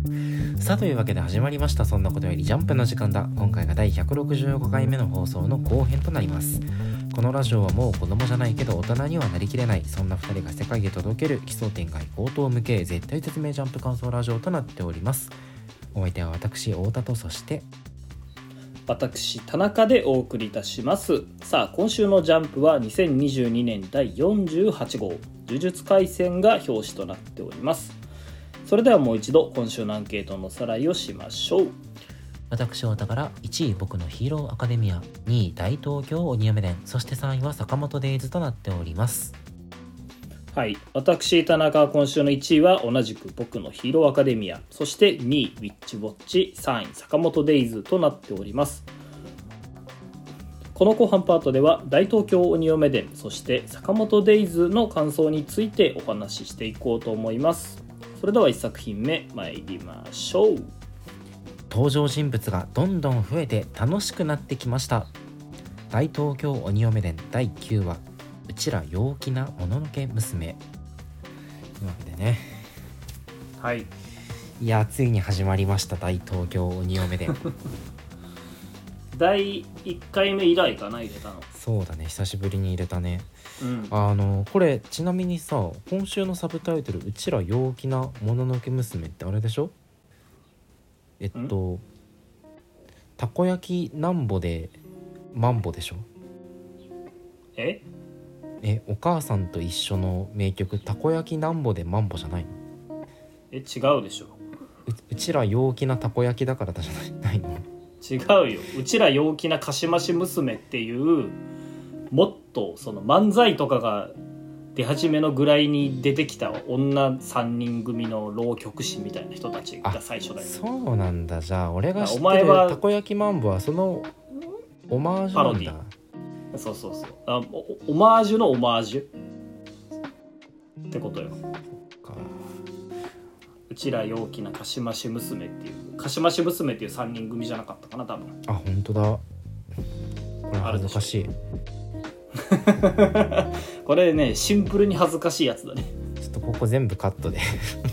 さあというわけで始まりました。そんなことよりジャンプの時間だ。今回が第165回目の放送の後編となります。このラジオはもう子供じゃないけど大人にはなりきれない、そんな2人が世界へ届ける奇想天外高等無形絶対絶命ジャンプ感想ラジオとなっております。お相手は私太田と、そして私田中でお送りいたします。さあ今週のジャンプは2022年第48号呪術廻戦が表紙となっております。それではもう一度今週のアンケートのおさらいをしましょう。 私太田から1位僕のヒーローアカデミア、2位大東京鬼嫁伝、そして3位は坂本デイズとなっております。 はい、私田中は今週の1位は同じく僕のヒーローアカデミア、そして2位ウィッチウォッチ、3位坂本デイズとなっております。この後半パートでは大東京鬼嫁伝、そして坂本デイズの感想についてお話ししていこうと思います。それでは1作品目参りましょう。 登場人物がどんどん増えて楽しくなってきました。大東京鬼嫁伝第9話、うちら陽気なもののけ娘というわけでね、 はい、 いやついに始まりました。大東京鬼嫁伝第1回目以来かな、入れたの。 そうだね、久しぶりに入れたね。 うん、 これちなみにさ、今週のサブタイトルうちら陽気なもののけ娘ってあれでしょ。たこ焼きなんぼでマンボでしょ。お母さんと一緒の名曲たこ焼きなんぼでマンボじゃないの？ 違うでしょ。 うちら陽気なたこ焼きだからだじゃないの？ 違うよ。うちら陽気なかしまし娘っていう、もっとその漫才とかが出始めのぐらいに出てきた女3人組の浪曲師みたいな人たちが最初だよ。 そうなんだ。じゃあ俺が知ってるお前はたこ焼きマンボはそのオマージュなんだ。 そうそうそう、オマージュのオマージュってことよ。うちら陽気なかしまし娘っていう、かしまし娘っていう3人組じゃなかったかな多分。 あ、本当だ。これ恥ずかしい。 これね、シンプルに恥ずかしいやつだね。 ちょっとここ全部カットで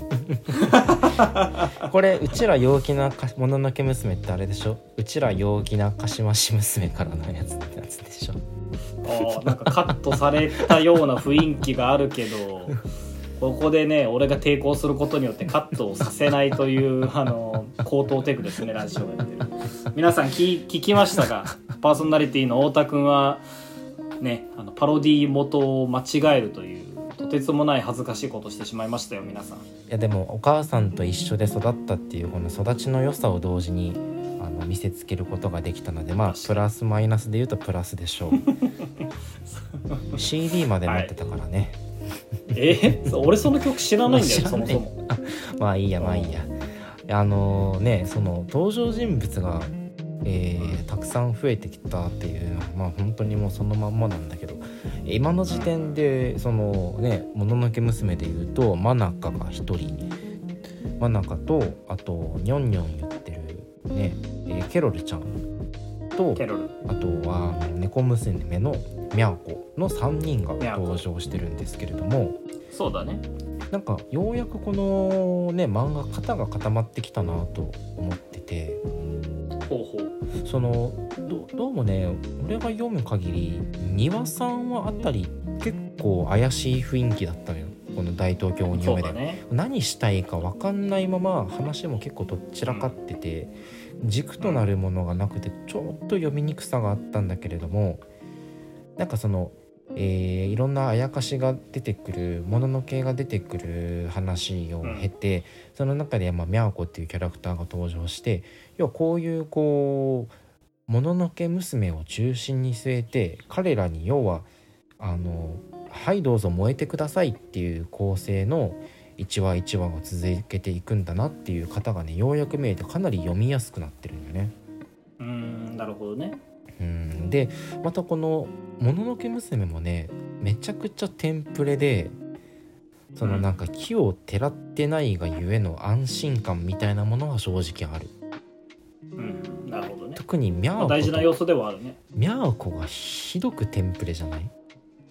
これうちら陽気なもののけ娘ってあれでしょ。うちら陽気なかしまし娘からのやつってやつでしょ。 なんかカットされたような雰囲気があるけどここでね、俺が抵抗することによってカットをさせないという高等テクですね、ラジオやってる皆さん聞きましたか？パーソナリティの太田くんはね、パロディ元を間違えるというとてつもない恥ずかしいことをしてしまいましたよ、皆さん。いやでもお母さんと一緒で育ったっていうこの育ちの良さを同時に見せつけることができたので、まあプラスマイナスで言うとプラスでしょうCD まで持ってたからね、 俺その曲知らないんだよそもそも。 まあいいやまあいいや。その登場人物が、たくさん増えてきたっていうのはまあ本当にもうそのまんまなんだけど、今の時点でそのねもののけ娘でいうとマナカが一人、マナカとあとニョンニョン言ってるね、ケロルちゃんとあとは猫娘のミャオコの3人が登場してるんですけれども、 そうだね、 なんかようやくこのね漫画型が固まってきたなと思ってて、その どうもね俺が読む限り2話3話あたり結構怪しい雰囲気だったのよ、この大東京鬼嫁で、ね、何したいか分かんないまま話も結構どっちらかってて、軸となるものがなくてちょっと読みにくさがあったんだけれども、なんかそのいろんなあやかしが出てくるもののけが出てくる話を経て、その中でミャオコっていうキャラクターが登場して、要はこういうもののけ娘を中心に据えて彼らに要ははいどうぞ燃えてくださいっていう構成の一話一話が続けていくんだなっていう方がねようやく見えてかなり読みやすくなってるんだよね。 なるほどね。 でまたこのもののけ娘もねめちゃくちゃテンプレで、そのなんか木をてらってないがゆえの安心感みたいなものは正直ある。 なるほどね。 特にミャオコ、 大事な要素ではあるね。 ミャオコがひどくテンプレじゃない？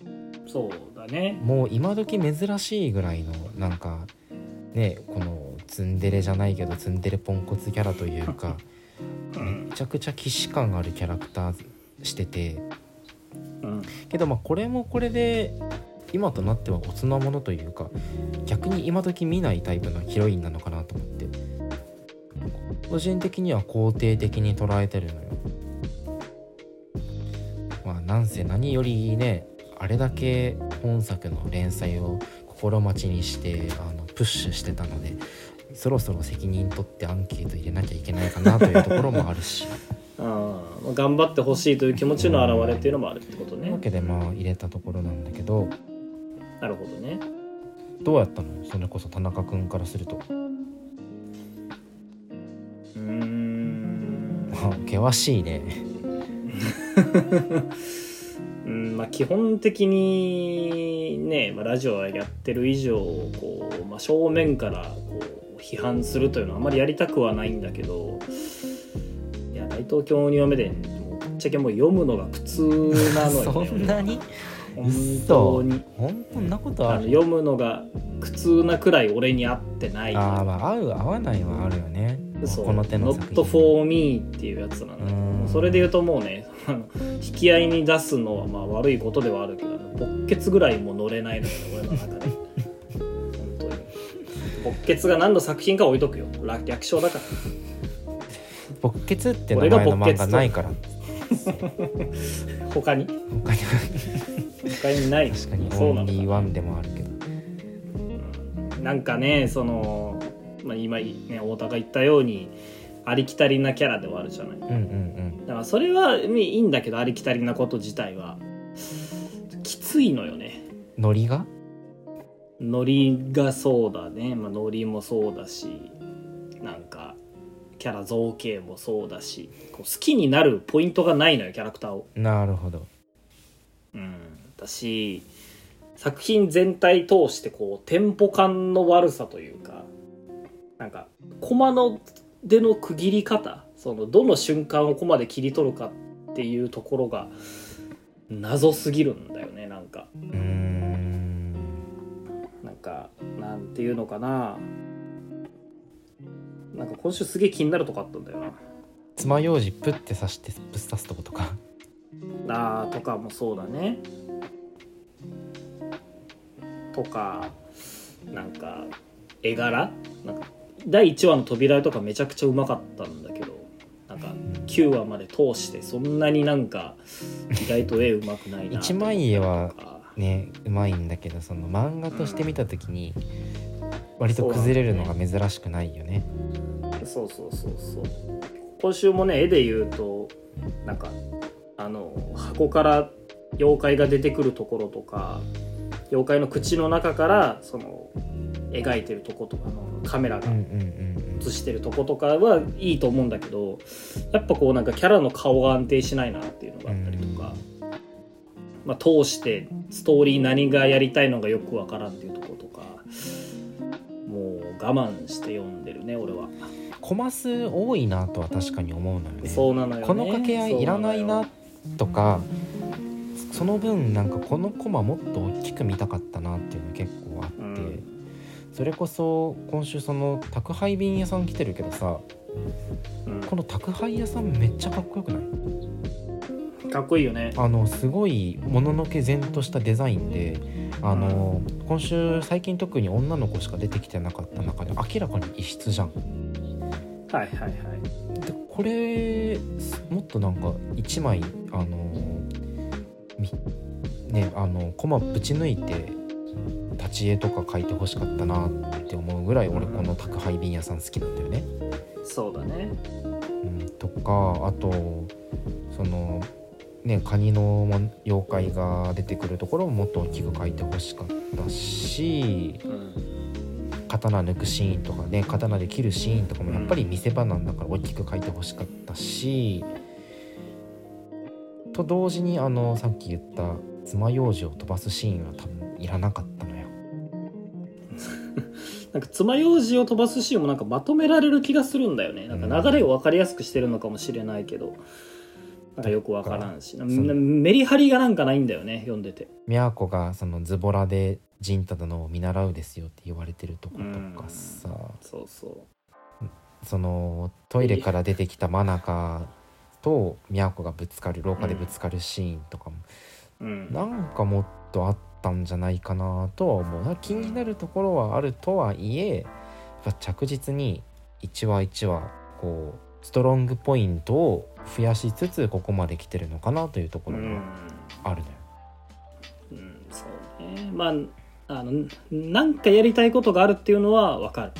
そうだね。 もう今時珍しいぐらいのなんかねこのツンデレじゃないけどツンデレポンコツキャラというかめちゃくちゃ既視感あるキャラクターしてて、けどこれもこれで今となってはおつなものというか逆に今時見ないタイプのヒロインなのかなと思って、個人的には肯定的に捉えてるのよ。なんせ何よりね、あれだけ本作の連載を心待ちにしてプッシュしてたので、そろそろ責任取ってアンケート入れなきゃいけないかなというところもあるし頑張ってほしいという気持ちの表れっていうのもあるってことね。というわけで入れたところなんだけど。 なるほどね。 どうやったの？それこそ田中くんからすると。険しいね。 基本的にね、ラジオをやってる以上こう、正面からこう批判するというのはあまりやりたくはないんだけど、いや大東京2話目でぶっちゃけもう読むのが苦痛なのよね。 そんなに？ 本当に本当なことある？ 読むのが苦痛なくらい俺に合ってない。 合う合わないはあるよね。 そう、 この手の作品 Not for me っていうやつなの。それで言うともうね引き合いに出すのは悪いことではあるけど、勃血ぐらいも乗れないのよ俺の中で。本当に勃血が何の作品か置いとくよ、略称だから。 勃血って名前の漫画ないから。 他にない。 確かにオンリーワンでもあるけど、 なんかね今ね太田が言ったようにありきたりなキャラではあるじゃない。だからそれはいいんだけど、ありきたりなこと自体はきついのよね。 ノリがそうだね。ノリもそうだし、なんかキャラ造形もそうだし、こう好きになるポイントがないのよ、キャラクターを。 なるほど。 だし作品全体通してこうテンポ感の悪さというか、なんかコマのでの区切り方、そのどの瞬間をコマで切り取るかっていうところが謎すぎるんだよね。なんかなんていうのかな、なんか今週すげえ気になるとこあったんだよな。 爪楊枝プッて刺してぶっ刺すとことかとかもそうだね。とかなんか絵柄、なんか第1話の扉とかめちゃくちゃうまかったんだけど、なんか9話まで通してそんなになんか意外と絵うまくないな。 一枚絵はねうまいんだけど、その漫画として見た時に割と崩れるのが珍しくないよね。 そう今週もね絵で言うとなんか箱から妖怪が出てくるところとか、妖怪の口の中からその描いてるとことかのカメラが映してるとことかはいいと思うんだけど、やっぱこうなんかキャラの顔が安定しないなっていうのがあったりとか、通してストーリー何がやりたいのがよくわからんっていうとことか、もう我慢して読んでるね俺は。 コマ数多いなとは確かに思うのよね。 そうなのよね。 この掛け合いいらないなとか、その分なんかこのコマもっと大きく見たかったなっていうの結構あって、それこそ今週その宅配便屋さん来てるけどさ、この宅配屋さんめっちゃかっこよくない？ かっこいいよね。 すごいもののけ然としたデザインで、今週最近特に女の子しか出てきてなかった中で明らかに異質じゃん。 でこれもっとなんか1枚コマぶち抜いて立ち絵とか描いてほしかったなって思うぐらい俺この宅配便屋さん好きなんだよね。 そうだね。 とかあとそのねカニの妖怪が出てくるところももっと大きく描いてほしかったし、刀抜くシーンとかね、刀で切るシーンとかもやっぱり見せ場なんだから大きく描いてほしかったし、と同時にさっき言った爪楊枝を飛ばすシーンは多分いらなかったのよ。 なんか爪楊枝を飛ばすシーンもなんかまとめられる気がするんだよね。なんか流れを分かりやすくしてるのかもしれないけど、 なんかよくわからんし、メリハリがなんかないんだよね、読んでて。 都がそのズボラで陣太殿を見習うですよって言われてるとことかさ、 そうそう、 そのトイレから出てきた真中と都がぶつかる、廊下でぶつかるシーンとかも、なんかもっとあったんじゃないかなとは思う。気になるところはあるとはいえ、やっぱ着実に1話1話こうストロングポイントを増やしつつここまで来てるのかなというところがあるのよ。 そうね。まあなんかやりたいことがあるっていうのは分かる。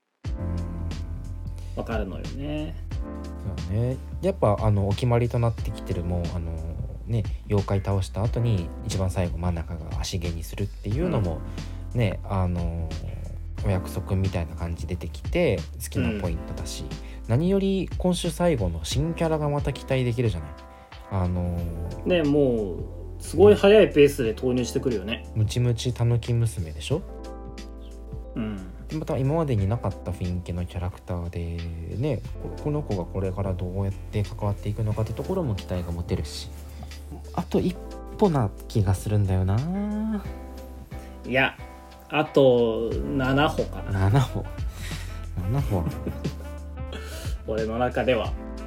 分かるのよね。 そうね。やっぱお決まりとなってきてるもうね、妖怪倒した後に一番最後真ん中が足毛にするっていうのもね、お約束みたいな感じ出てきて好きなポイントだし、何より今週最後の新キャラがまた期待できるじゃない。 ね、もうすごい早いペースで投入してくるよね。 ムチムチたぬき娘でしょ。また今までになかった雰囲気のキャラクターでね、この子がこれからどうやって関わっていくのかってところも期待が持てるし、あと一歩な気がするんだよな。 いや、あと7歩かな。 7歩俺の中では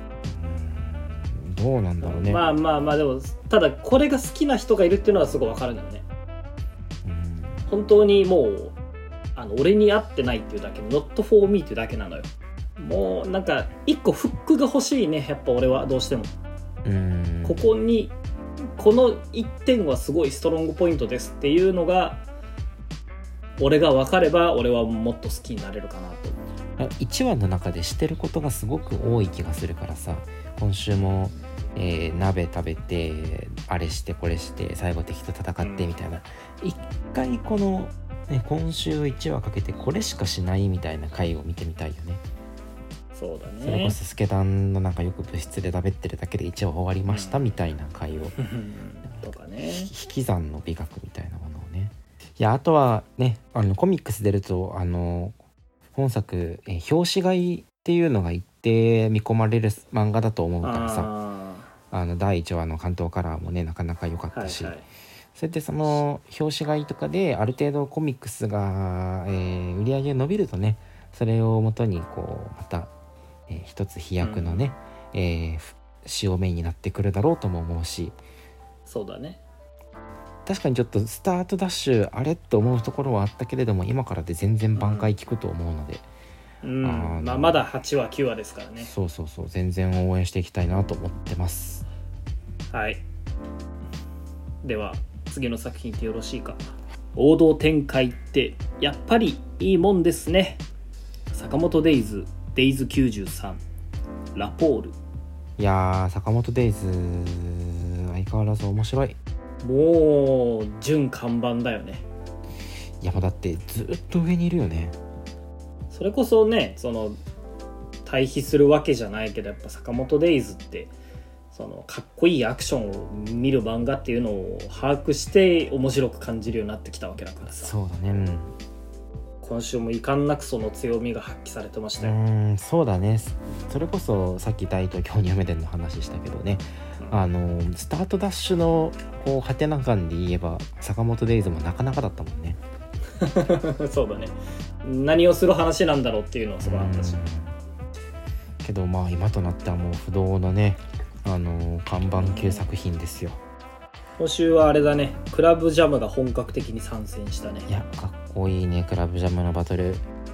どうなんだろうね。 まあでもただこれが好きな人がいるっていうのはすごい分かるんだよね。本当にもう俺に合ってないっていうだけ、 not for me っていうだけなのよ。もうなんか一個フックが欲しいね、やっぱ俺はどうしても。ここにこの1点はすごいストロングポイントですっていうのが俺が分かれば俺はもっと好きになれるかなと思う。 1話の中でしてることがすごく多い気がするからさ、今週も、鍋食べてあれしてこれして最後敵と戦ってみたいな、一回この、ね、今週1話かけてこれしかしないみたいな回を見てみたいよね。 そうだね。 それこそスケダンのなんかよく部室で食べってるだけで1話終わりましたみたいな回をとかね、 引き算の美学みたいなものをね。いや、あとはね、コミックス出ると本作、表紙買いっていうのが一定見込まれる漫画だと思うからさ、第1話の関東カラーもねなかなか良かったし、そうやってその表紙買いとかである程度コミックスが、売り上げ伸びるとね、それをもとにこうまた、一つ飛躍のね、潮目になってくるだろうとも思うし。 そうだね。 確かにちょっとスタートダッシュあれと思うところはあったけれども、今からで全然挽回効くと思うので、 まだ8話9話ですからね。 そう全然応援していきたいなと思ってます。 はい、では次の作品ってよろしいか。王道展開ってやっぱりいいもんですね。坂本デイズデイズ93ラポール。 いやー、坂本デイズ相変わらず面白い。 もう準看板だよね。 いや、もうだってずっと上にいるよね。 それこそね、その対比するわけじゃないけど、やっぱ坂本デイズってそのかっこいいアクションを見る漫画っていうのを把握して面白く感じるようになってきたわけだからさ。 そうだね、 今週も遺憾なくその強みが発揮されてましたよ。 そうだね。それこそさっき大東京にやめてんの話したけどね、スタートダッシュのこうハテナ感で言えば坂本デイズもなかなかだったもんね。 そうだね。何をする話なんだろうっていうのはすごいあったし、 けどまあ今となってはもう不動のね、看板系作品ですよ。 今週はあれだね、クラブジャムが本格的に参戦したね。 いや、かっこいいね、クラブジャムのバトル。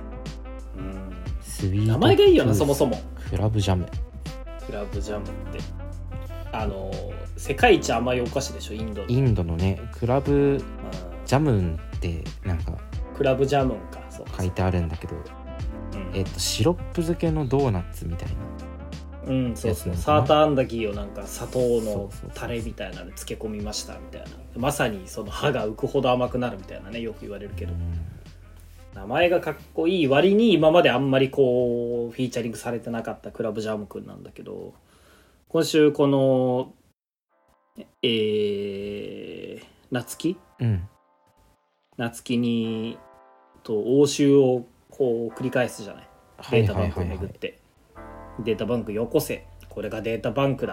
スイート名前がいいよな、そもそも。 クラブジャム。 クラブジャムって世界一甘いお菓子でしょ、インドのね、クラブジャムンってなんかクラブジャムンか、そう書いてあるんだけど、シロップ漬けのドーナツみたいな。 そうそう、サーターアンダギーをなんか砂糖のタレみたいなのに漬け込みましたみたいな、まさにその歯が浮くほど甘くなるみたいなね、よく言われるけど、名前がかっこいい割に今まであんまりこうフィーチャリングされてなかったクラブジャムくんなんだけど、今週この夏希にと応酬をこう繰り返すじゃない、データバンクを巡って、データバンクよこせ、これがデータバンクだ、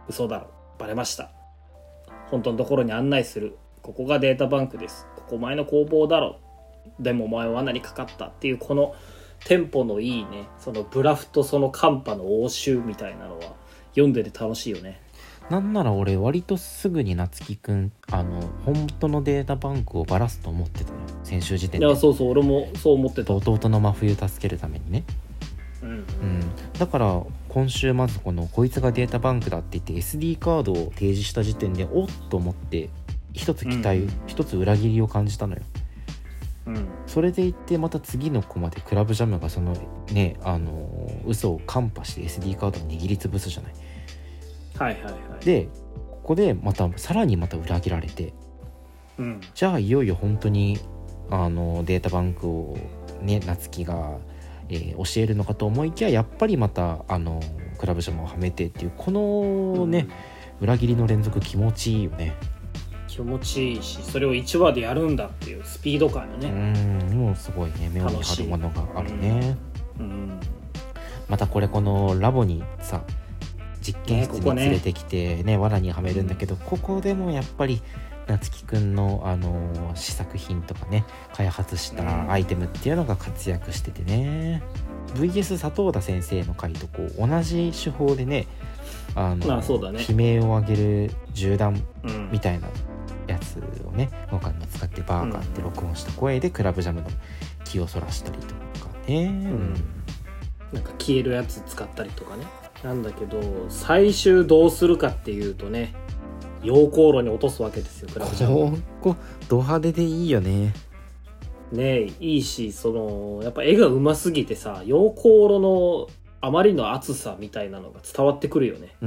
嘘だろ、バレました、本当のところに案内する、ここがデータバンクです、ここお前の工房だろ、でもお前は罠にかかったっていう、このテンポのいいね、そのブラフとそのカンパの応酬みたいなのは読んでて楽しいよね。 なんなら俺割とすぐに夏樹くん本当のデータバンクをバラすと思ってたよ、先週時点で。 いやそうそう、俺もそう思ってた。 弟の真冬助けるためにね。だから今週まずこいつがデータバンクだって言って SD カードを提示した時点でおっと思って一つ期待、一つ裏切りを感じたのよ。それでいってまた次のコマでクラブジャムがそのね嘘をカンパして SD カードを握りつぶすじゃない。でここでさらにまた裏切られて、じゃあいよいよ本当にデータバンクをね夏樹が、教えるのかと思いきややっぱりまたクラブジャムをはめてっていうこのね、裏切りの連続気持ちいいよね。 気持ちいいし、それを1話でやるんだっていうスピード感よね。 もうすごいね、目を見張るものがあるね。またこのラボにさ実験室に連れてきてね罠にはめるんだけど、ここでもやっぱり夏樹くんの試作品とかね開発したアイテムっていうのが活躍しててね、VS 佐藤田先生の回と同じ手法でねそうだね、 悲鳴を上げる銃弾みたいなやつをね他に使ってバーガーって録音した声でクラブジャムの気をそらしたりとかね、 なんか消えるやつ使ったりとかね。なんだけど最終どうするかっていうとね、溶鉱炉に落とすわけですよ、クラブジャム。 ここド派手でいいよね。 ねえ、いいし、やっぱ絵がうますぎてさ、溶鉱炉のあまりの熱さみたいなのが伝わってくるよね。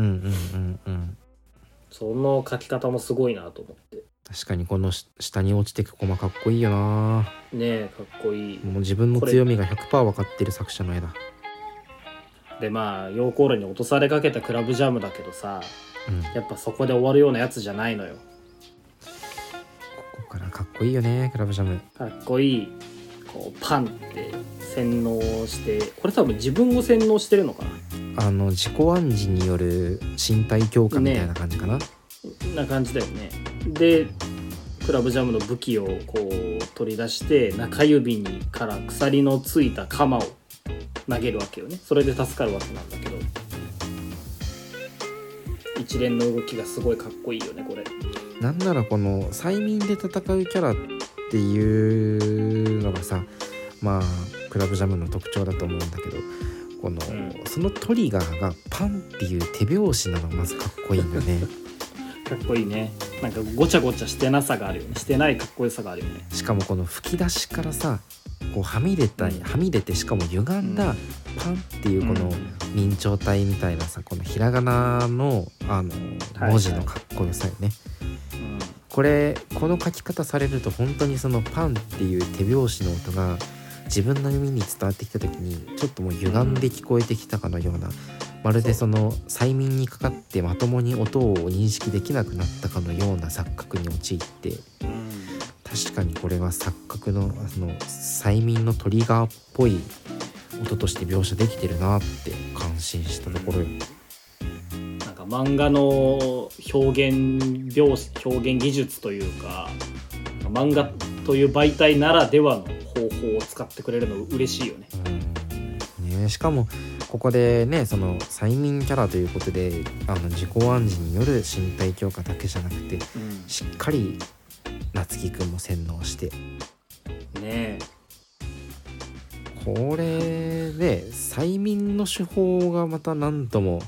その描き方もすごいなと思って。 確かにこの下に落ちてくコマかっこいいよな。 ねえ、かっこいい。 もう自分の強みが 100% 分かってる作者の絵だ。 で溶鉱炉に落とされかけたクラブジャムだけどさ、やっぱそこで終わるようなやつじゃないのよ。 ここからかっこいいよね、クラブジャム。 かっこいい。パンって洗脳して、これ多分自分を洗脳してるのかな。自己暗示による身体強化みたいな感じかな。 な感じだよね。でクラブジャムの武器を取り出して中指から鎖のついた鎌を投げるわけよね。それで助かるわけなんだけど、一連の動きがすごいかっこいいよねこれ。 なんならこの催眠で戦うキャラっていうのがさ、クラブジャムの特徴だと思うんだけど、そのトリガーがパンっていう手拍子なのがまずかっこいいんだよね。 かっこいいね。なんかごちゃごちゃしてなさがあるよね。してないかっこよさがあるよね。 しかもこの吹き出しからさはみ出てしかも歪んだパンっていうこの明朝体みたいなさ、このひらがなの文字のかっこよさよね。この書き方されると本当にそのパンっていう手拍子の音が自分の耳に伝わってきた時にちょっともう歪んで聞こえてきたかのような、まるでその催眠にかかってまともに音を認識できなくなったかのような錯覚に陥って、確かにこれは錯覚の催眠のトリガーっぽい音として描写できてるなって感心したところよ。 なんか漫画の表現技術というか、漫画という媒体ならではの方法を使ってくれるの嬉しいよね。 しかもここでね、その催眠キャラということで自己暗示による身体強化だけじゃなくて、しっかり夏樹くんも洗脳してね。 これで催眠の手法がまたなんとも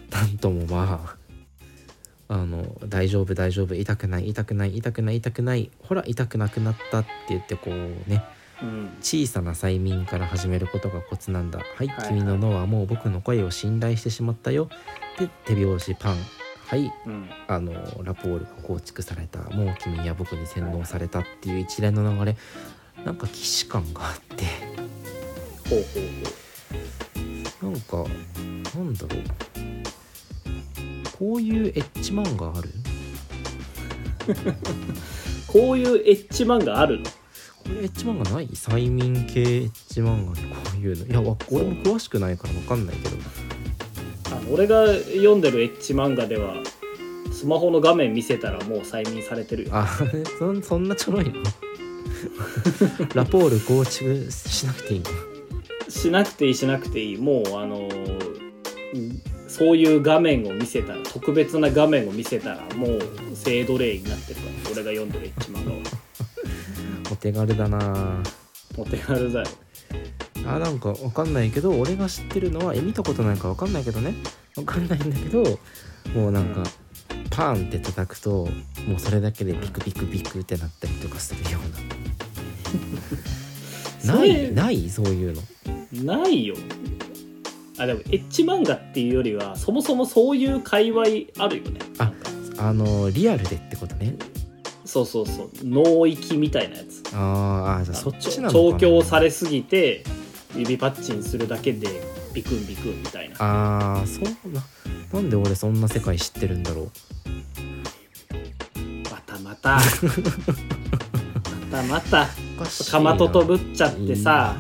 大丈夫痛くないほら痛くなくなったって言って小さな催眠から始めることがコツなんだ。はい、君の脳はもう僕の声を信頼してしまったよ。で手拍子パン。はい、ラポールが構築された。もう君は僕に洗脳されたっていう一連の流れ、なんか既視感があって、なんかなんだろう、こういうエッチ漫画ある？ こういうエッチ漫画あるの？ これエッチ漫画ない？催眠系エッチ漫画でこういうの。いや俺も詳しくないから分かんないけど、 俺が読んでるエッチ漫画ではスマホの画面見せたらもう催眠されてるよ。 あそんなちょろいのラポール構築しなくていいの？ しなくていい。もうそういう画面を見せたら、特別な画面を見せたらもう性奴隷になってるから、俺が読んでるエッチ漫画は。 お手軽だな。 お手軽だよ。 なんかわかんないけど、俺が知ってるのは見たことないからわかんないけどね、わかんないんだけど、もうなんか、パーンって叩くともうそれだけでビクビクビクってなったりとかするようなないそういうのないよ。でもエッチ漫画っていうよりはそもそもそういう界隈あるよね。 リアルでってことね。 そう脳域みたいなやつ。 じゃあそっちなのかな。 調教されすぎて指パッチンするだけでビクンビクンみたいな。 なんで俺そんな世界知ってるんだろう。 またかまととぶっちゃってさ、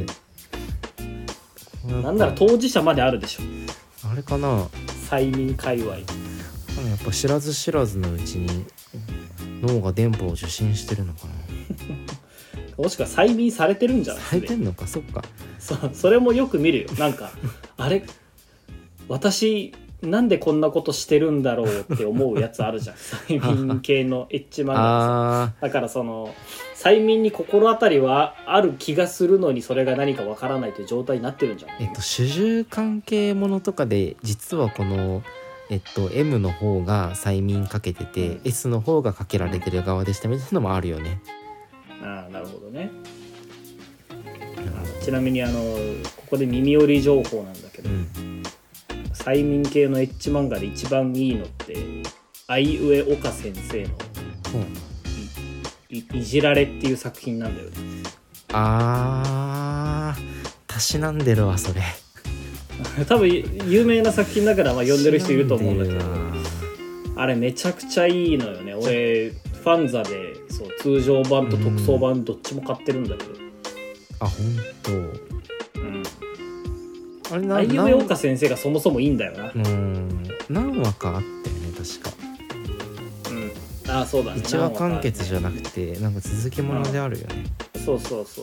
なんなら当事者まであるでしょ。 あれかな、 催眠界隈。 やっぱ知らず知らずのうちに脳が電波を受信してるのかなもしくは催眠されてるんじゃない？ されてんのか。そっか。 それもよく見るよ。なんかあれ私なんでこんなことしてるんだろうって思うやつあるじゃん催眠系のエッチ漫画だから催眠に心当たりはある気がするのにそれが何かわからないという状態になってるんじゃん。 主従関係ものとかで実はこのM の方が催眠かけてて、S の方がかけられてる側でしたみたいなのもあるよね。 なるほどね。ちなみにここで耳寄り情報なんだけど、催眠系のエッチ漫画で一番いいのってあいうえおか先生のいじられっていう作品なんだよね。 たしなんでるわそれ多分有名な作品だから読んでる人いると思うんだけど、あれめちゃくちゃいいのよね。俺ファンザで通常版と特装版どっちも買ってるんだけど。 ほんと。 あいうえおか先生がそもそもいいんだよな。 何話かあったよね確か。そうだね。1話完結じゃなくてなんか続きものであるよね。 そう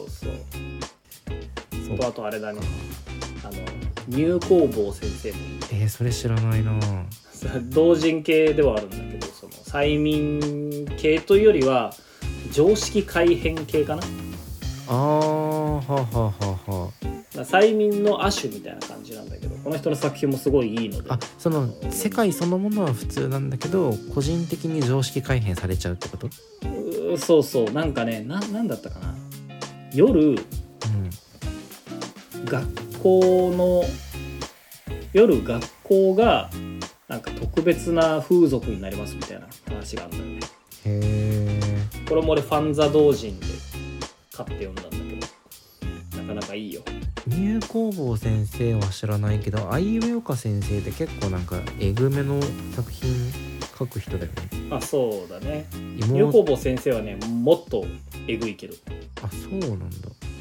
あとあれだね、入工房先生もいい。 それ知らないな。 同人系ではあるんだけど、催眠系というよりは常識改変系かな。催眠の亜種みたいな感じなんだけど、この人の作品もすごいいいので。 世界そのものは普通なんだけど個人的に常識改変されちゃうってこと？ そうなんかね、なんだったかな、夜学校がなんか特別な風俗になりますみたいな話があるんだよね。これも俺ファンザ同人で買って読んだんだけど、なかなかいいよ。 入工房先生は知らないけど、あいうえおか先生って結構なんかえぐめの作品書く人だよね。 そうだね。入工房先生はねもっとえぐいけど。 そうなんだ。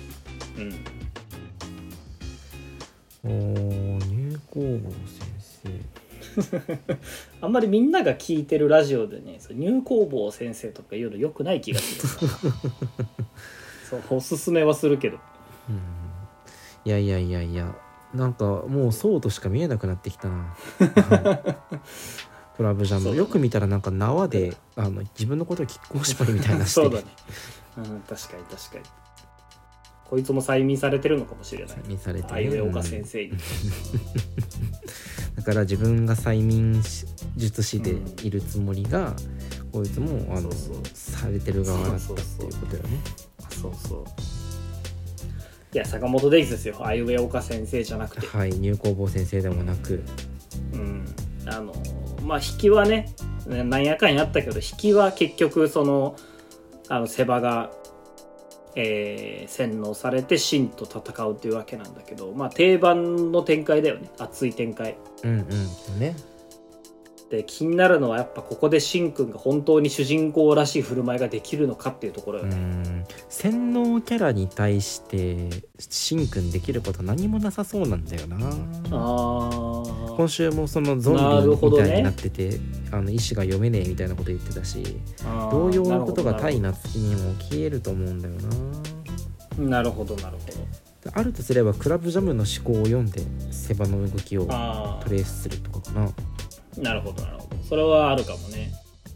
入工房先生あんまりみんなが聞いてるラジオでね入工房先生とか言うのよくない気がするおすすめはするけど、 いやなんかもうそうとしか見えなくなってきたなクラブジャム、よく見たらなんか縄で自分のことをキックオフ縛りみたいなしてるそうだね、確かにこいつも催眠されてるのかもしれない。 催眠されてる、 あいうえおか先生にだから自分が催眠術師でいるつもりが、こいつもされてる側だったっていうことよね。 いや坂本デイズですよ。あいうえおか先生じゃなくて、 入工房先生でもなく、 引きはねなんやかんやあったけど、引きは結局セバが洗脳されてシンと戦うというわけなんだけど、定番の展開だよね。熱い展開。 ね。 で気になるのはやっぱここでシンくんが本当に主人公らしい振る舞いができるのかっていうところよね。 洗脳キャラに対してシンくんできること何もなさそうなんだよな。今週もそのゾンビみたいになってて、ね、意思が読めねえみたいなこと言ってたし、同様のことがタイナツキにも消えると思うんだよな。なるほどなるほど。あるとすればクラブジャムの思考を読んでセバの動きをトレースするとかかな。 なるほどなるほど、それはあるかもね。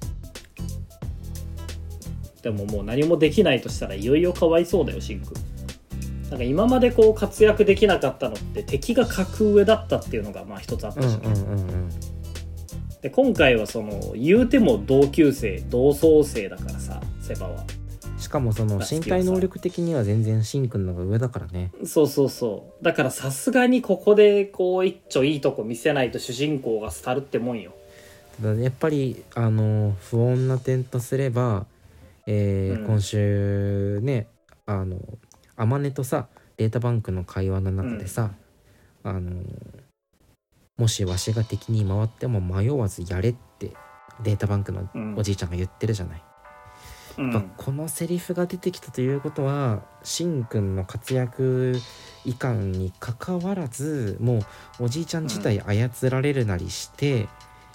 でももう何もできないとしたらいよいよかわいそうだよシンくん。なんか今までこう活躍できなかったのって敵が格上だったっていうのがまあ一つあったじゃない。で今回はその言うても同級生同窓生だからさ、セバは。 しかもその身体能力的には全然シンくんの方が上だからね。 そうそうそう。だからさすがにここでこう一丁いいとこ見せないと主人公が廃るってもんよ。 ただやっぱり不穏な点とすれば、今週ねアマネとさデータバンクの会話の中でさ、もしわしが敵に回っても迷わずやれってデータバンクのおじいちゃんが言ってるじゃない。このセリフが出てきたということはシンくんの活躍いかんにかかわらずもうおじいちゃん自体操られるなりして、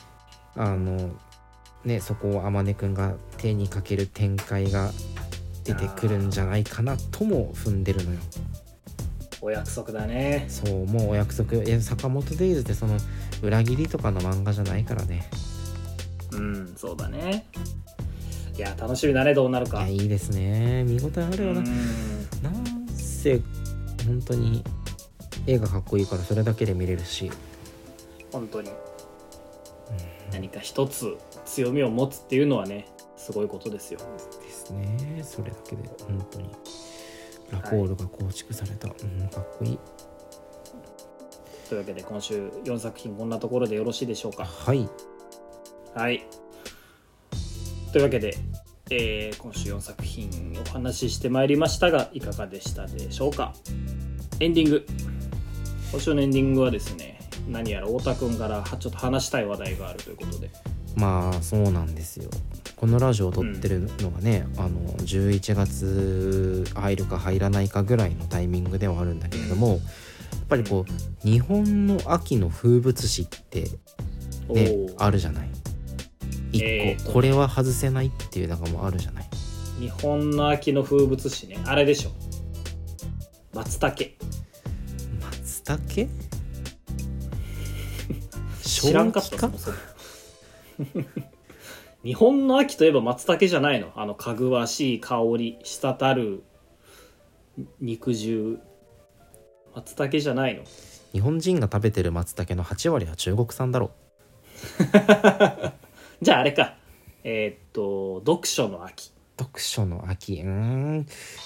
そこをあまねくんが手にかける展開が出てくるんじゃないかなとも踏んでるのよ。 お約束だね。 そうもうお約束。坂本デイズってその裏切りとかの漫画じゃないからね。 そうだね。いや楽しみだね、どうなるか。 いいですね、見応えあるよな。なんせ本当に絵がかっこいいからそれだけで見れるし、 本当に何か一つ強みを持つっていうのはねすごいことですよ。 ですね。それだけで本当にラポールが構築された、かっこいい。 というわけで今週4作品こんなところでよろしいでしょうか。 はいというわけで、今週4作品お話ししてまいりましたがいかがでしたでしょうか。エンディング、今週のエンディングはですね、何やら太田くんからちょっと話したい話題があるということで。 まあそうなんですよ。このラジオを撮ってるのがね、11月入るか入らないかぐらいのタイミングではあるんだけれども、やっぱりこう日本の秋の風物詩ってねあるじゃない。一個これは外せないっていうのがもあるじゃない。 日本の秋の風物詩ね、あれでしょ、松茸。 松茸知らんかったそもそも日本の秋といえば松茸じゃないの？かぐわしい香り、滴る肉汁、松茸じゃないの？ 日本人が食べてる松茸の8割は中国産だろじゃああれか、読書の秋。 読書の秋、違う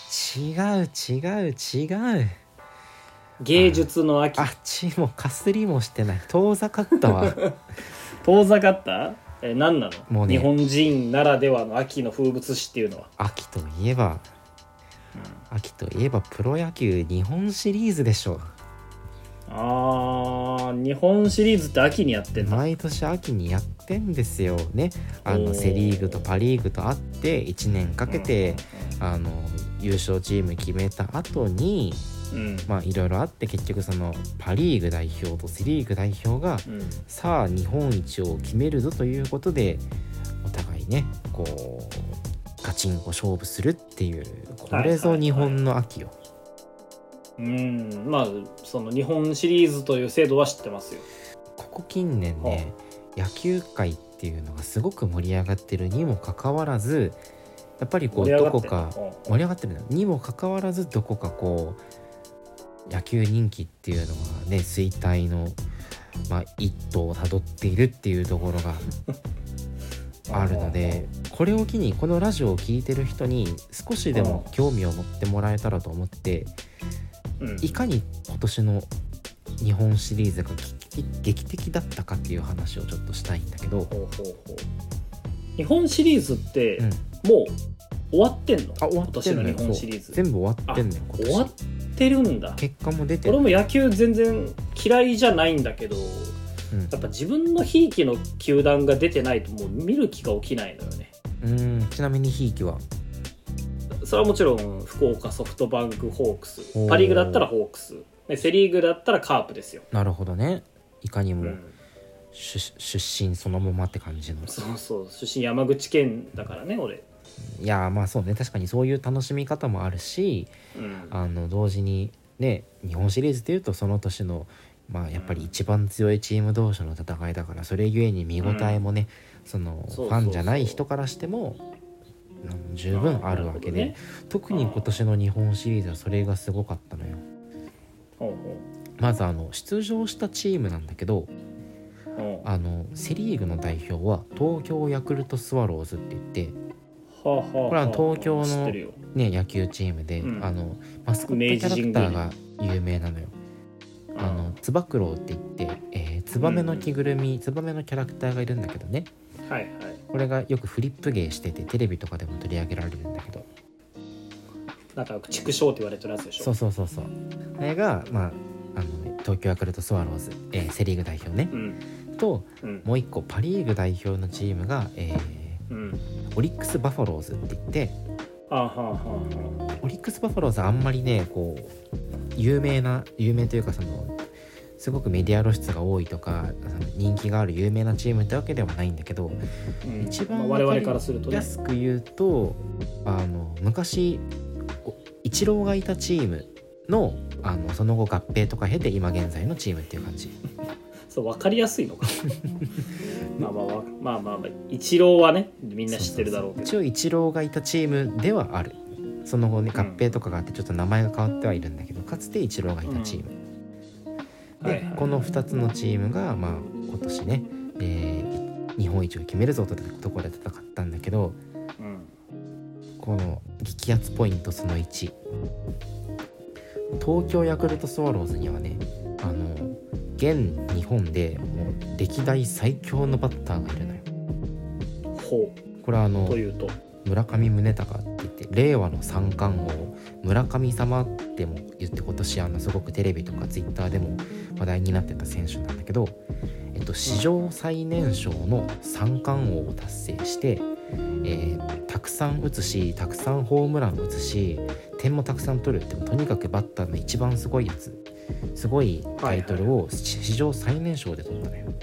芸術の秋。 あっちもかすりもしてない。遠ざかったわ遠ざかった？何なの？ もうね、 日本人ならではの秋の風物詩っていうのは。 秋といえばプロ野球日本シリーズでしょ。 日本シリーズって秋にやってんだ。 毎年秋にやってんですよね。セリーグとパリーグとあって1年かけて、優勝チーム決めた後に、いろいろあって結局そのパリーグ代表とセリーグ代表が、さあ日本一を決めるぞということでお互いねこうガチンコ勝負するっていう、これぞ日本の秋よ。 その日本シリーズという制度は知ってますよ。 ここ近年ね、野球界っていうのがすごく盛り上がってるにもかかわらず、やっぱりこうどこか盛り上がってるにもかかわらず、どこかこう野球人気っていうのはね衰退の、一途をたどっているっていうところがあるので、これを機にこのラジオを聞いてる人に少しでも興味を持ってもらえたらと思って、いかに今年の日本シリーズが劇的だったかっていう話をちょっとしたいんだけど、 日本シリーズってもう終わってんの？ 終わってんのよ。 今年の日本シリーズ全部終わってんのよ。 終わってるんだ。 結果も出てる。 俺も野球全然嫌いじゃないんだけど、 やっぱ自分のひいきの球団が出てないともう見る気が起きないのよね。 ちなみにひいきは？ それはもちろん福岡ソフトバンクホークス、パリーグだったらホークスで、セリーグだったらカープですよ。 なるほどね。いかにも、出身そのままって感じの。 そうそう、出身山口県だからね俺。 いやまあそうね、確かにそういう楽しみ方もあるし、同時にね、日本シリーズというとその年のまあやっぱり一番強いチーム同士の戦いだから、それゆえに見応えもね、そのファンじゃない人からしても十分あるわけで、ね、特に今年の日本シリーズはそれがすごかったのよ。まず出場したチームなんだけど、セリーグの代表は東京ヤクルトスワローズって言って、これは東京の、ね、野球チームで、マスコットキャラクターが有名なのよ。つば九郎って言って、ツバメの着ぐるみ、ツバメのキャラクターがいるんだけどね、これがよくフリップ芸しててテレビとかでも取り上げられるんだけど、 なんか畜生って言われてるやつでしょ。 そうあれが、東京ヤクルトスワローズ、セリーグ代表ね、と、もう一個パリーグ代表のチームが、オリックスバファローズって言って、オリックスバファローズはあんまりねこう有名というか、そのすごくメディア露出が多いとか人気がある有名なチームってわけではないんだけど、一番我々からするとね、 安く言うと昔イチローがいたチームのその後合併とか経て今現在のチームっていう感じ。 そう分かりやすいのかまあイチローはねみんな知ってるだろうけど、 一応イチローがいたチームではある。その後ね合併とかがあってちょっと名前が変わってはいるんだけど、かつてイチローがいたチーム、でこの2つのチームが、今年ね、日本一を決めるぞというところで戦ったんだけど、この激アツポイントその1、東京ヤクルトスワローズにはね現日本でもう歴代最強のバッターがいるのよ。これはというと村上宗隆って言って令和の三冠王村神様っても言って、今年すごくテレビとかツイッターでも話題になってた選手なんだけど、史上最年少の三冠王を達成して、たくさん打つし、たくさんホームラン打つし、点もたくさん取るって、とにかくバッターの一番すごいやつ、すごいタイトルを史上最年少で取ったのよ。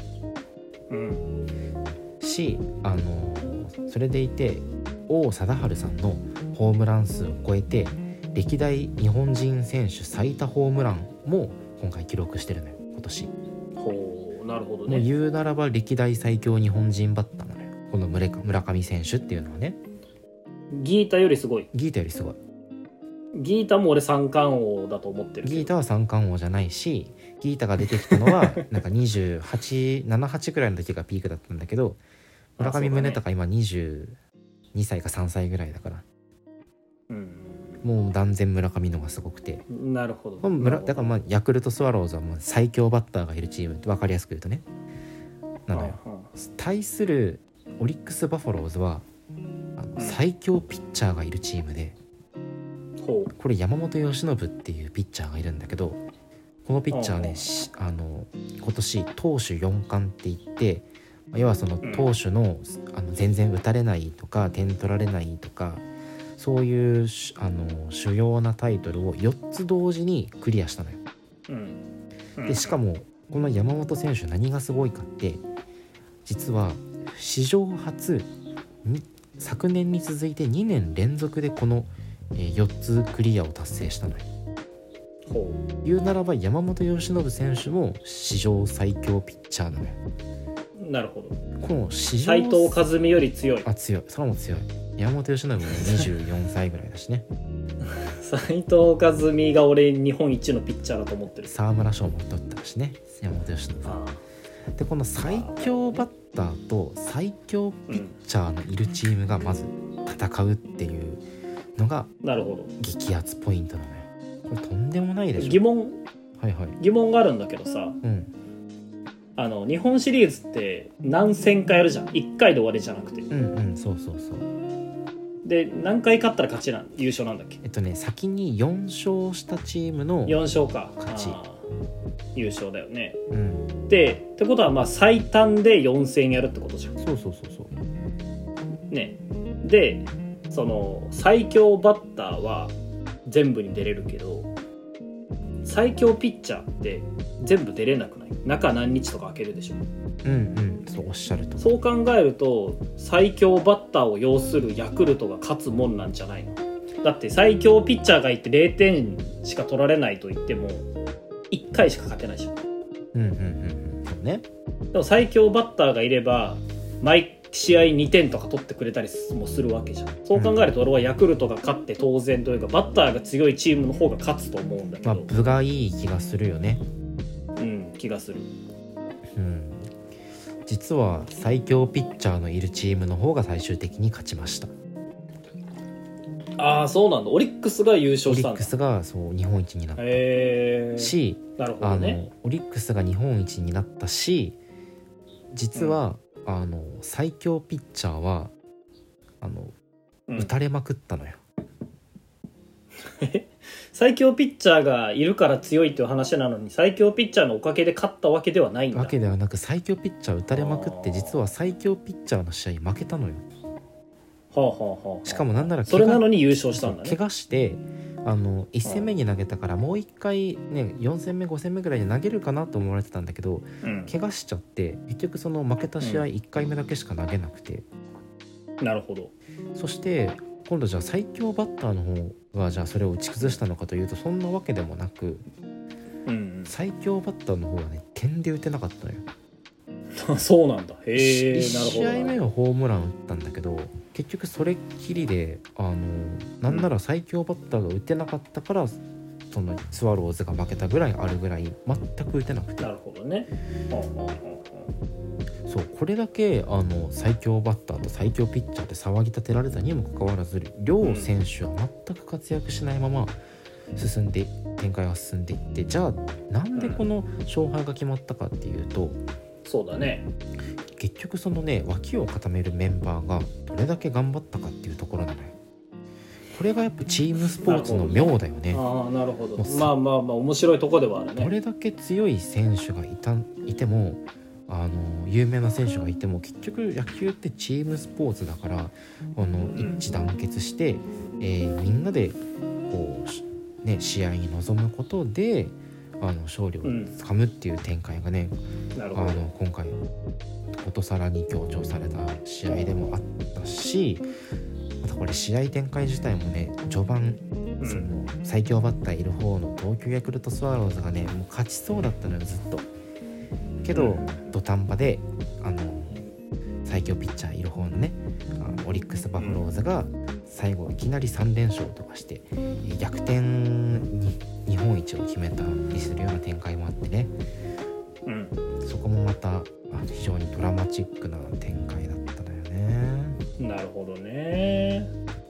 し、それでいて王貞治さんのホームラン数を超えて歴代日本人選手最多ホームランも今回記録してるのよ今年。 なるほどね。 もう言うならば歴代最強日本人バッターなのよこの村上選手っていうのはね。 ギータよりすごい。 ギータよりすごい。 ギータも俺三冠王だと思ってる。 ギータは三冠王じゃないし、ギータが出てきたのはなんか28くらいの時がピークだったんだけど、村上宗隆今22歳か3歳ぐらいだから、もう断然村上のがすごくて。 なるほど。 だからヤクルトスワローズはもう最強バッターがいるチームって分かりやすく言うとねなのよ。対するオリックスバファローズは最強ピッチャーがいるチームで、これ山本由伸っていうピッチャーがいるんだけど、このピッチャーね今年投手4冠って言って、要はその投手の全然打たれないとか点取られないとか、そういう主要なタイトルを4つ同時にクリアしたのよ。でしかもこの山本選手何がすごいかって、実は史上初昨年に続いて2年連続でこの4つクリアを達成したのよ。言うならば山本由伸選手も史上最強ピッチャーなのよ。 なるほど。 この史上斉藤和美より強い。 強い。それも強い。山本由伸も24歳ぐらいだしね。 斉藤和美が俺日本一のピッチャーだと思ってる。 沢村賞も取ったしね、山本由伸。でこの最強バッターと最強ピッチャーのいるチームがまず戦うっていうのが激アツポイントなのよ。これとんでもないでしょ。疑問があるんだけどさ、日本シリーズって何戦かやるじゃん。1回で終わりじゃなくて。 そうで何回勝ったら勝ち優勝なんだっけ。 先に4勝したチームの 4勝か勝ち優勝だよね。 うん、 でってことはまあ最短で4戦やるってことじゃん。 そうね。でその最強バッターは全部に出れるけど最強ピッチャーって全部出れなくない？中何日とか空けるでしょ。 そうおっしゃると。 そう考えると最強バッターを擁するヤクルトが勝つもんなんじゃないの？だって最強ピッチャーがいて0点しか取られないと言っても1回しか勝てないでしょ。 そうね。 でも最強バッターがいれば毎試合2点とか取ってくれたりもするわけじゃん。そう考えると俺はヤクルトが勝って当然というかバッターが強いチームの方が勝つと思うんだけど、 分がいい気がするよね。 気がする。 実は最強ピッチャーのいるチームの方が最終的に勝ちました。 ああそうなんだ。オリックスが優勝したんだ。 オリックスがそう日本一になったし、 なるほどね。 オリックスが日本一になったし、実は、最強ピッチャーは打たれまくったのよ。 最強ピッチャーがいるから強いっていう話なのに最強ピッチャーのおかげで勝ったわけではないんだ。 わけではなく最強ピッチャー打たれまくって実は最強ピッチャーの試合負けたのよ。しかもなんならそれなのに優勝したんだね。 怪我して1戦目に投げたからもう1回ね4戦目5戦目ぐらいで投げるかなと思われてたんだけど、怪我しちゃって結局その負けた試合1回目だけしか投げなくて、 なるほど。 そして今度じゃあ最強バッターの方がじゃあそれを打ち崩したのかというとそんなわけでもなく、最強バッターの方はね点で打てなかったのよ。 そうなんだ。へえ。 1試合目はホームラン打ったんだけど結局それっきりでなんなら最強バッターが打てなかったからそのスワローズが負けたぐらいあるぐらい全く打てなくて。 なるほどね。 そうこれだけ最強バッターと最強ピッチャーで騒ぎ立てられたにもかかわらず両選手は全く活躍しないまま展開が進んでいって、じゃあなんでこの勝敗が決まったかっていうと、 そうだね。 結局そのね脇を固めるメンバーがどれだけ頑張ったかっていうところなのよ。これがやっぱチームスポーツの妙だよね。 ああなるほど。まあ面白いとこではあるね。 どれだけ強い選手がいても有名な選手がいても結局野球ってチームスポーツだから一致団結して、みんなでこう、ね、試合に臨むことで勝利をつかむっていう展開がね、今回ことさらに強調された試合でもあったし、またこれ試合展開自体もね序盤、その最強バッターいる方の東京ヤクルトスワローズがねもう勝ちそうだったのよずっと。けど土壇場で最強ピッチャーいる方のねオリックスバファローズが最後いきなり3連勝とかして逆転に日本一を決めたりするような展開もあってね、そこもまた非常にドラマチックな展開だったのよね。 なるほどね。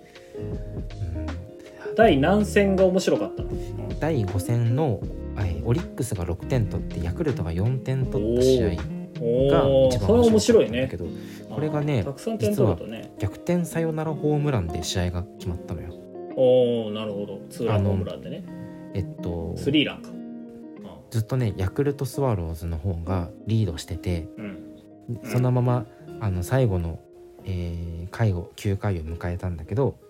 第何戦が面白かったの？ 第5戦のオリックスが6点取ってヤクルトが4点取った試合が一番面白かったんだけど、これがね実は逆転サヨナラホームランで試合が決まったのよ。 なるほど。ツーランホームランでね。スリーランか。 ずっとねヤクルトスワローズの方がリードしてて、そのまま最後の、9回を迎えたんだけど、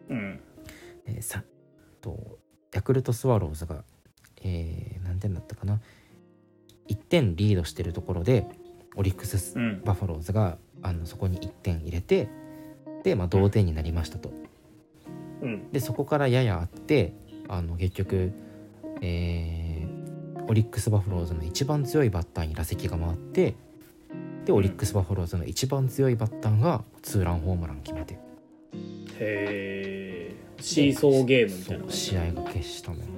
ヤクルトスワローズが何点だったかな、1点リードしてるところでオリックスバファローズがそこに1点入れてで、同点になりましたと。でそこからややあって結局、オリックスバファローズの一番強いバッターに打席が回って、でオリックスバファローズの一番強いバッターがツーランホームラン決めて、 シーソーゲームみたいな試合が決したの。こ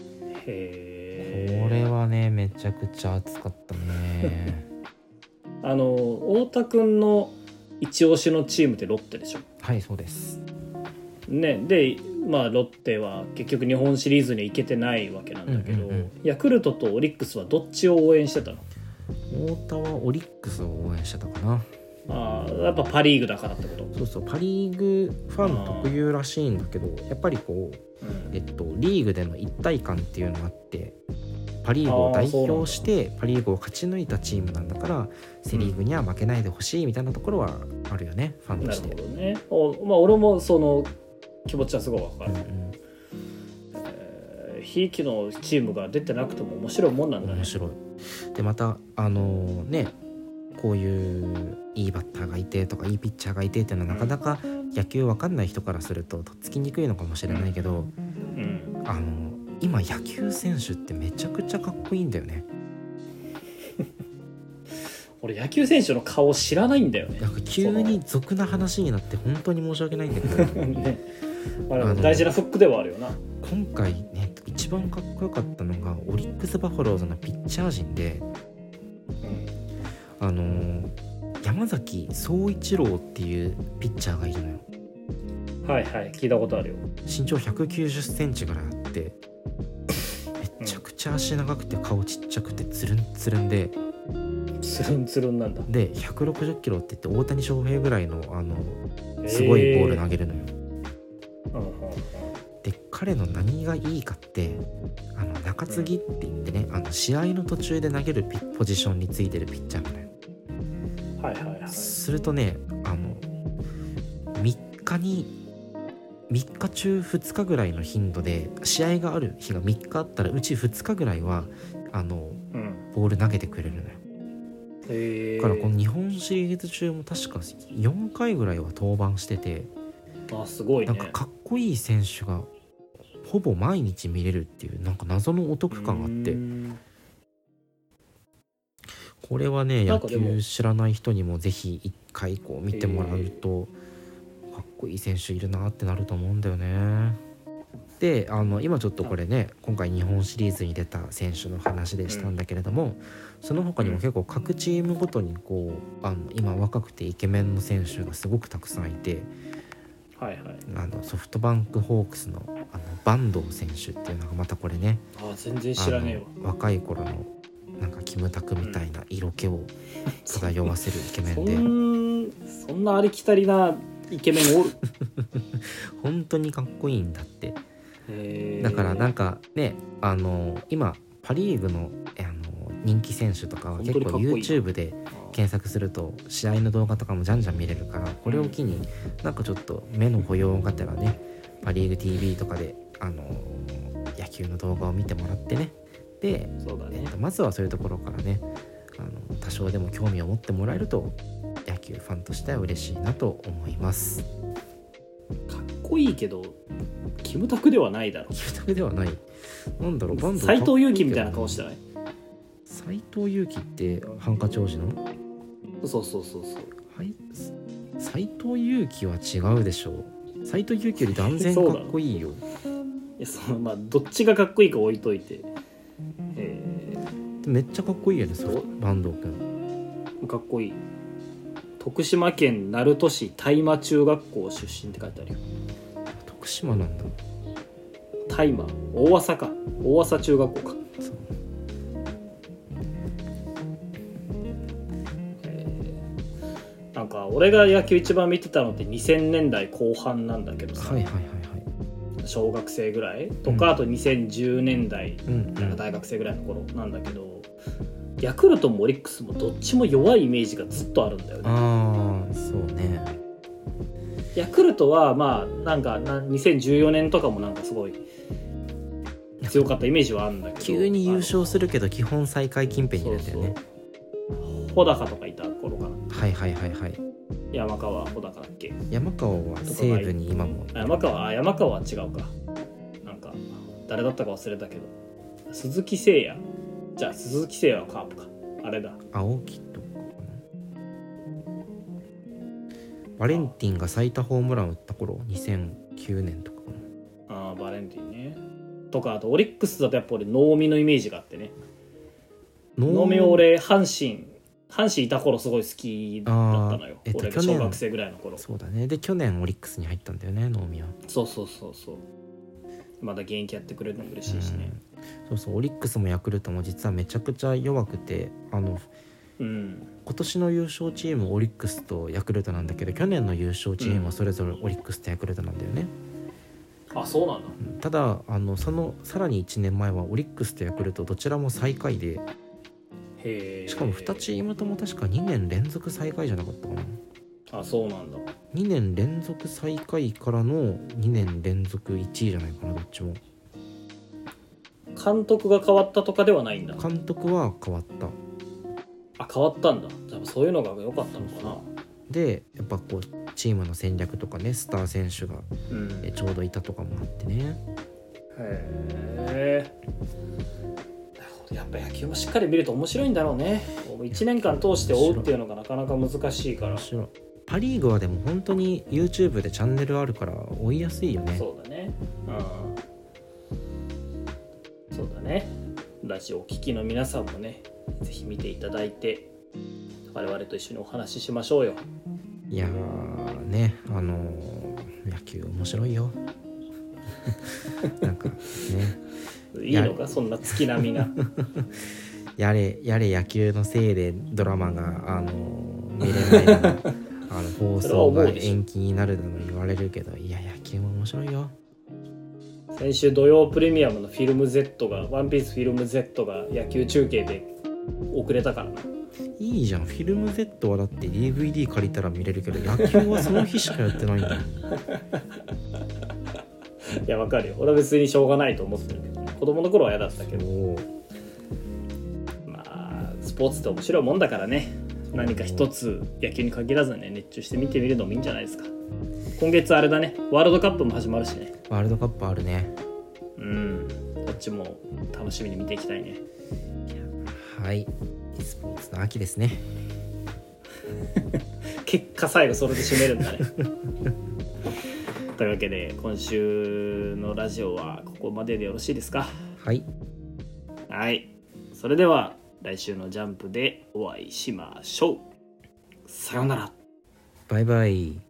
へれはねめちゃくちゃ熱かったね太田くんの一押しのチームってロッテでしょ？ はいそうですね。でロッテは結局日本シリーズに行けてないわけなんだけど、ヤクルトとオリックスはどっちを応援してたの？ 太田はオリックスを応援してたかな。 やっぱパリーグだからってこと？ そうパリーグファン特有らしいんだけど、やっぱりこう、リーグでの一体感っていうのがあって、 パ・リーグを代表してパ・リーグを勝ち抜いたチームなんだからセ・リーグには負けないでほしいみたいなところはあるよね、ファンとして。 なるほどね。まあ俺もその気持ちはすごい分かる。ひいきのチームが出てなくても面白いもんなんだね。 面白い。でまたね、こういういいバッターがいてとかいいピッチャーがいてっていうのはなかなか野球わかんない人からするととっつきにくいのかもしれないけど、今野球選手ってめちゃくちゃかっこいいんだよね。 俺野球選手の顔知らないんだよね。 なんか急に俗な話になって本当に申し訳ないんだけど、 ね、大事なフックではあるよな。 今回ね一番かっこよかったのがオリックスバファローズのピッチャー陣で、山崎総一郎っていうピッチャーがいるのよ。 はいはい、聞いたことあるよ。 身長190センチぐらいあってめちゃくちゃ足長くて顔ちっちゃくてつるんつるんで、 つるんつるんなんだ。 で160キロって言って大谷翔平ぐらいのすごいボール投げるのよ。で彼の何がいいかって中継ぎって言ってね、試合の途中で投げるポジションについてるピッチャーなのよ。 はいはいはい。 するとね3日中2日ぐらいの頻度で試合がある日が3日あったらうち2日ぐらいはボール投げてくれるのよ。だからこの日本シリーズ中も確か4回ぐらいは登板してて、 すごいね。 なんかかっこいい選手がほぼ毎日見れるっていうなんか謎のお得感があって、これはね野球知らない人にもぜひ一回こう見てもらうとかっこいい選手いるなってなると思うんだよね。で今ちょっとこれね今回日本シリーズに出た選手の話でしたんだけれども、その他にも結構各チームごとにこう今若くてイケメンの選手がすごくたくさんいて、 はいはい、 ソフトバンクホークスの坂東選手っていうのがまたこれね、 全然知らねえわ。 若い頃のなんかキムタクみたいな色気を漂わせるイケメンで、 そんなありきたりなイケメンおる本当にかっこいいんだって。だからなんかね今パ・リーグの人気選手とかは結構 YouTube で検索すると試合の動画とかもじゃんじゃん見れるから、これを機になんかちょっと目の保養がてらねパ・リーグ TV とかで野球の動画を見てもらってね、でそうだね、 まずはそういうところからね多少でも興味を持ってもらえると野球ファンとしては嬉しいなと思います。 かっこいいけどキムタクではないだろ。 キムタクではない。なんだろう、バンド斎藤佑樹みたいな顔してない？ 斎藤佑樹ってハンカチ王子の？ そうそうそうそう。 はい。斎藤佑樹は違うでしょう。斎藤佑樹より断然かっこいいよ。 いやまあどっちがかっこいいか置いといて。 めっちゃかっこいいよね、そう坂東くん。 かっこいい。徳島県鳴門市大麻中学校出身って書いてあるよ。 徳島なんだ。 大麻大麻か、大麻中学校か。なんか俺が野球一番見てたのって2000年代後半なんだけどさ、 はいはいはいはい、 小学生ぐらいとか、あと2010年代、なんか大学生ぐらいの頃なんだけど、ヤクルトもオリックスもどっちも弱いイメージがずっとあるんだよね。 ああ、そうね。 ヤクルトはまあなんか2014年とかもなんかすごい強かったイメージはあるんだけど、 急に優勝するけど基本最下位近辺にいるんだよね。 穂高とかいた頃かな。 はいはいはいはい。 山川穂高だっけ。 山川は西武に今も。 山川は違うか。なんか誰だったか忘れたけど、鈴木誠也。じゃあ鈴木誠也はカープか。あれだ。 青木とかかな。バレンティンが最多ホームラン打った頃2009年とかかな。バレンティンね。とかあとオリックスだとやっぱ俺能見のイメージがあってね。能見は俺阪神いた頃すごい好きだったのよ。俺が小学生ぐらいの頃。 そうだね。で去年オリックスに入ったんだよね、能見は。 そう。まだ現役やってくれるのも嬉しいしね。 そうオリックスもヤクルトも実はめちゃくちゃ弱くて今年の優勝チームオリックスとヤクルトなんだけど、去年の優勝チームはそれぞれオリックスとヤクルトなんだよね。 あ、そうなんだ。 ただそのさらに1年前はオリックスとヤクルトどちらも最下位で、しかも2チームとも確か2年連続最下位じゃなかったかな。 あ、そうなんだ。 2年連続最下位からの2年連続1位じゃないかな、どっちも。 監督が変わったとかではないんだ。 監督は変わった。 あ、変わったんだ。じゃあそういうのが良かったのかな。 でやっぱこうチームの戦略とかね、スター選手がちょうどいたとかもあってね。 へえ。やっぱ野球もしっかり見ると面白いんだろうね。1年間通して追うっていうのがなかなか難しいから。 パリーグはでも本当に YouTube でチャンネルあるから追いやすいよね。 そうだね。そうだね。ラジオを聴きの皆さんもね、ぜひ見ていただいて我々と一緒にお話ししましょうよ。 いやーね、野球面白いよなんかね、 いいのかそんな月並みがやれ野球のせいでドラマが見れないの放送が延期になるの言われるけど、いや野球も面白いよ。 先週土曜プレミアムのフィルム Z がワンピースフィルム Z が野球中継で遅れたからな。 いいじゃん、フィルム Z はだって DVD 借りたら見れるけど、野球はその日しかやってないんだよいやわかるよ、俺は別にしょうがないと思ってるけど、子供の頃は嫌だったけど、まあスポーツって面白いもんだからね、何か一つ野球に限らずね、熱中して見てみるのもいいんじゃないですか。今月あれだね、ワールドカップも始まるしね。 ワールドカップあるね。 こっちも楽しみに見ていきたいね。 はい、スポーツの秋ですね結果最後それで締めるんだねというわけで今週のラジオはここまででよろしいですか。 はいはい、それでは来週のジャンプでお会いしましょう。さようなら。 バイバイ。